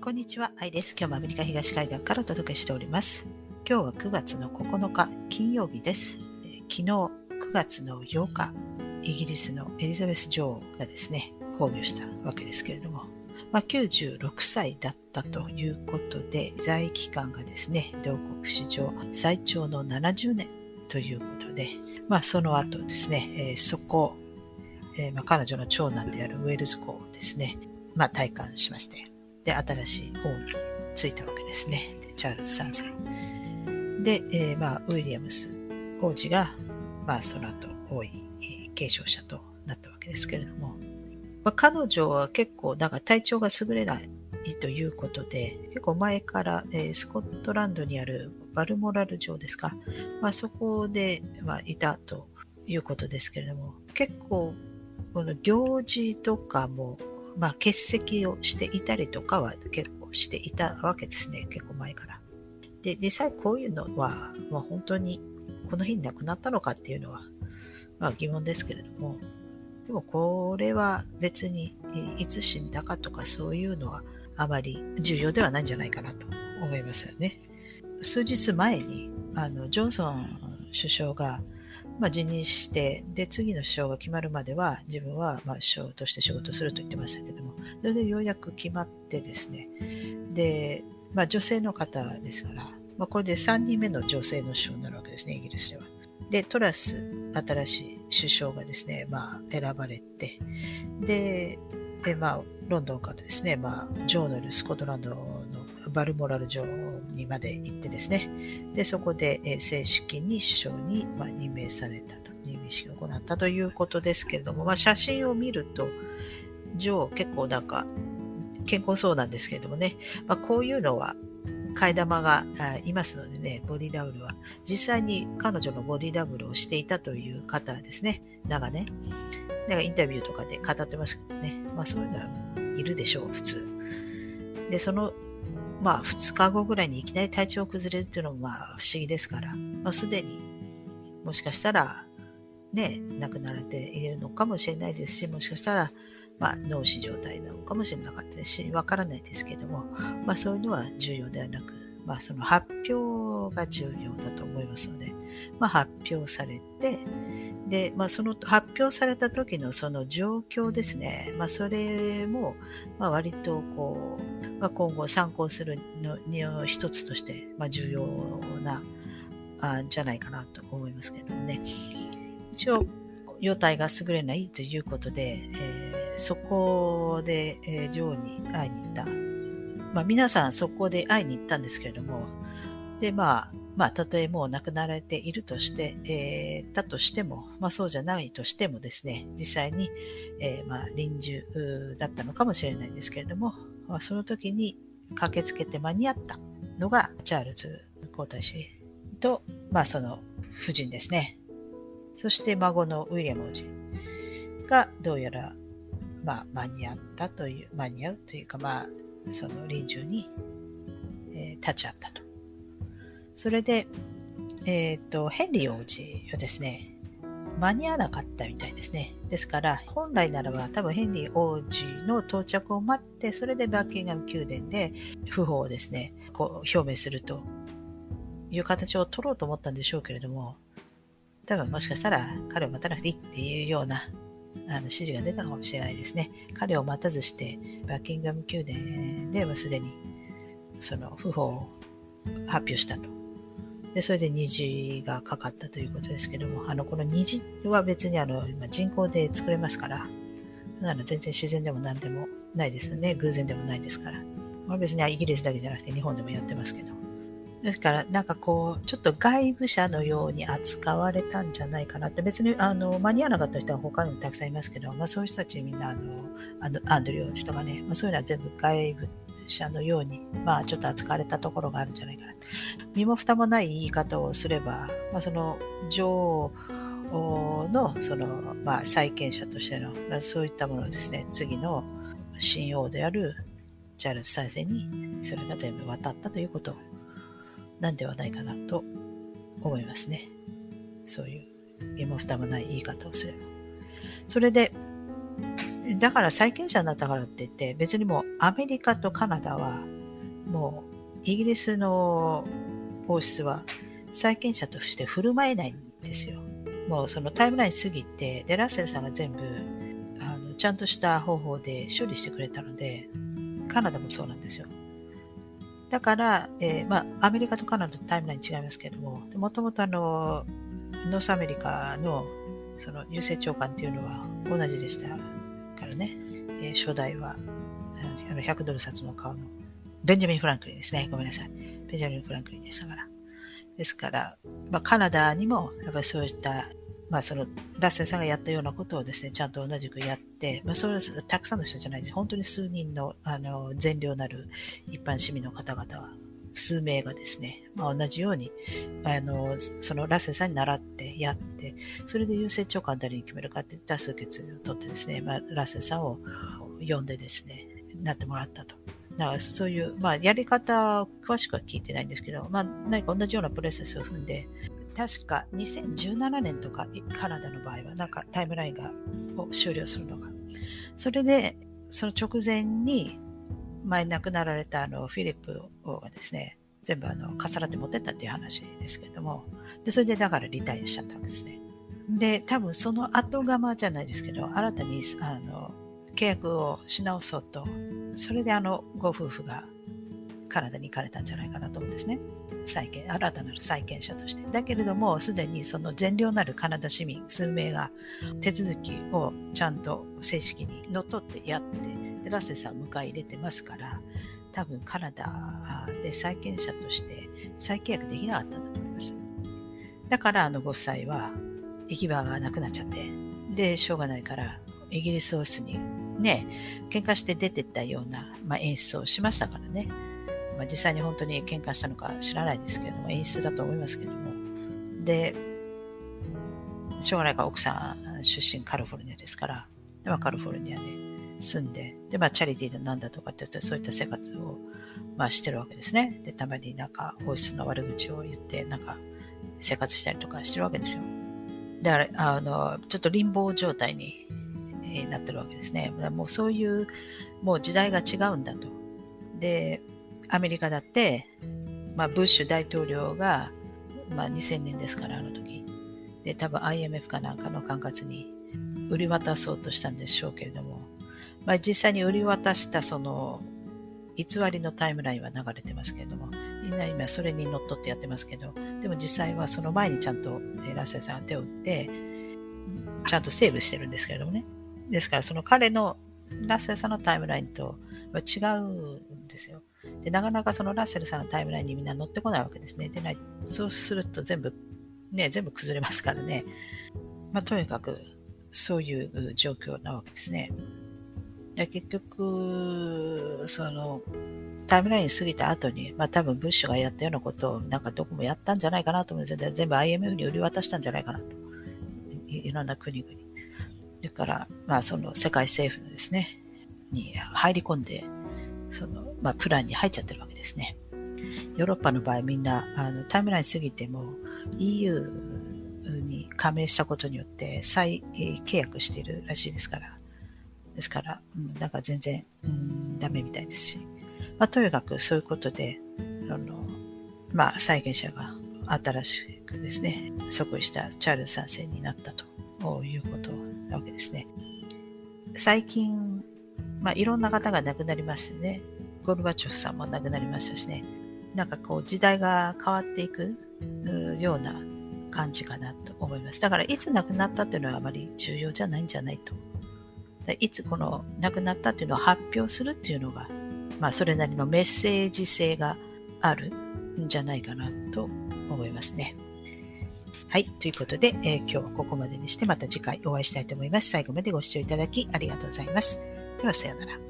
こんにちは、愛です。今日もアメリカ東海岸からお届けしております。今日は9月の9日金曜日です。昨日9月の8日、イギリスのエリザベス女王がですね、崩御したわけですけれども、96歳だったということで、在位期間がですね、同国史上最長の70年ということで、その後ですね、彼女の長男であるウェールズ公をですね、戴冠しまして、で、新しい王に就いたわけですね。でチャールズ3世。で、ウィリアムス王子が、その後、王位継承者となったわけですけれども、彼女は結構、だから体調が優れないということで、結構前から、スコットランドにあるバルモラル城ですか、そこで、いたということですけれども、結構、この行事とかも、欠席をしていたりとかは結構していたわけですね。結構前から。で、実際こういうのは、本当にこの日に亡くなったのかっていうのは、疑問ですけれども、でもこれは別にいつ死んだかとかそういうのはあまり重要ではないんじゃないかなと思いますよね。数日前にジョンソン首相が辞任して、で、次の首相が決まるまでは、自分は首相として仕事すると言ってましたけども、それでようやく決まってですね、で、女性の方ですから、これで3人目の女性の首相になるわけですね、イギリスでは。で、トラス、新しい首相がですね、選ばれて、で、ロンドンからですね、ジョーノル、スコットランドのバルモラル城にまで行ってですね、で、そこで正式に首相に任命されたと、任命式を行ったということですけれども、写真を見ると、女王結構健康そうなんですけれどもね、こういうのは、替え玉がいますのでね、ボディダブルは、実際に彼女のボディダブルをしていたという方ですね、長年、インタビューとかで語ってますけどね、そういうのはいるでしょう、普通。で、その2日後ぐらいにいきなり体調を崩れるっていうのも不思議ですから、すでにもしかしたらね、亡くなられているのかもしれないですし、もしかしたら脳死状態なのかもしれなかったですし、わからないですけども、そういうのは重要ではなく、その発表が重要だと思いますので、発表されて、で、その発表された時のその状況ですね、それも、割と今後参考するの一つとして、重要な、じゃないかなと思いますけどもね。一応、容体が優れないということで、そこで、女王に会いに行った。皆さんそこで会いに行ったんですけれども、で、たとえもう亡くなられているとして、だとしても、そうじゃないとしてもですね、実際に、臨終だったのかもしれないですけれども、その時に駆けつけて間に合ったのがチャールズ皇太子と、その夫人ですね。そして孫のウィリアム王子がどうやら、間に合うというか、その臨終に、立ち会ったと。それで、ヘンリー王子はですね、間に合わなかったみたいですね。ですから、本来ならば多分ヘンリー王子の到着を待って、それでバッキンガム宮殿で訃報をですね、表明するという形を取ろうと思ったんでしょうけれども、多分もしかしたら彼を待たなくていいっていうような指示が出たのかもしれないですね。彼を待たずして、バッキンガム宮殿でもすでにその訃報を発表したと。で、それで虹がかかったということですけども、この虹は別に今人工で作れますから、全然自然でも何でもないですよね。偶然でもないですから。別にイギリスだけじゃなくて日本でもやってますけど。ですから、ちょっと外部者のように扱われたんじゃないかなって、別に間に合わなかった人は他にもたくさんいますけど、そういう人たちみんなアンドリュー王子とかね、そういうのは全部外部者のように、ちょっと扱われたところがあるんじゃないかな。身も蓋もない言い方をすれば、その女王の債権者としての、そういったものですね、次の新王であるチャールズ3世にそれが全部渡ったということなんではないかなと思いますね。そういう身も蓋もない言い方をすれば。それで、だから債権者になったからって言って、別にもうアメリカとカナダはもうイギリスの王室は債権者として振る舞えないんですよ。もうそのタイムライン過ぎて、でラッセルさんが全部ちゃんとした方法で処理してくれたので、カナダもそうなんですよ。だから、アメリカとカナダとタイムライン違いますけども、もともとノースアメリカのその郵政長官っていうのは同じでしたからね。初代は100ドル札の顔のベンジャミン・フランクリンですね。ごめんなさい。ベンジャミン・フランクリンでしたから。ですから、カナダにもやっぱりそういった、そのラッセルさんがやったようなことをですね、ちゃんと同じくやって、それはたくさんの人じゃないです。本当に数人の善良なる一般市民の方々は、数名がですね、同じようにそのラッセルさんに習ってやって、それで郵政長官誰に決めるかっていった数決を取ってですね、ラッセルさんを呼んでですね、なってもらったと。だからそういう、やり方を詳しくは聞いてないんですけど、何か同じようなプロセスを踏んで、確か2017年とかカナダの場合はなんかタイムラインを終了するのが、それでその直前に前亡くなられたフィリップ王がですね、全部かさらって持ってったっていう話ですけれども、でそれでだからリタイアしちゃったわけですね。で多分その後釜じゃないですけど、新たに契約をし直そうと、それでご夫婦がカナダに行かれたんじゃないかなと思うんですね。新たなる債権者として。だけれども、すでにその善良なるカナダ市民数名が手続きをちゃんと正式にのっとってやって、でラッセルさんを迎え入れてますから、多分カナダで債権者として再契約できなかったんだと思います。だからご夫妻は行き場がなくなっちゃって、で、しょうがないから、イギリス王室にね、喧嘩して出てったような、演出をしましたからね。実際に本当に喧嘩したのか知らないですけれども、演出だと思いますけども。で、しょうがないから奥さん出身カリフォルニアですから、でカリフォルニアで住んで、で、チャリティーなんだとかってそういった生活を、してるわけですね。で、たまになんか王室の悪口を言って、なんか生活したりとかしてるわけですよ。だから、ちょっと貧乏状態になってるわけですね。もうそういう、もう時代が違うんだと。で、アメリカだって、ブッシュ大統領が、2000年ですから、あの時。で、多分 IMF かなんかの管轄に売り渡そうとしたんでしょうけれども、実際に売り渡したその偽りのタイムラインは流れてますけれども、今それにのっとってやってますけど、でも実際はその前にちゃんとラッセルさんが手を打って、ちゃんとセーブしてるんですけれどもね。ですからその彼のラッセルさんのタイムラインとは違うんですよ。で、なかなかそのラッセルさんのタイムラインにみんな乗ってこないわけですね。で、そうすると全部崩れますからね。とにかくそういう状況なわけですね。で結局、そのタイムライン過ぎた後に、多分ブッシュがやったようなことをなんかどこもやったんじゃないかなと思うんですよ。全部 IMF に売り渡したんじゃないかなと。いろんな国々。だから、その世界政府のですね、に入り込んで、その、プランに入っちゃってるわけですね。ヨーロッパの場合みんなタイムライン過ぎても EU に加盟したことによって再契約しているらしいですから。ですから、なんか全然、ダメみたいですし。とにかくそういうことで、債権者が新しくですね、即位したチャールズ3世になったということなわけですね。最近、いろんな方が亡くなりましてね、ゴルバチョフさんも亡くなりましたしね、なんかこう時代が変わっていくような感じかなと思います。だからいつ亡くなったっていうのはあまり重要じゃないんじゃないと。いつこの亡くなったっていうのを発表するっていうのが、それなりのメッセージ性があるんじゃないかなと思いますね。はい。ということで、今日はここまでにしてまた次回お会いしたいと思います。最後までご視聴いただきありがとうございます。では、さようなら。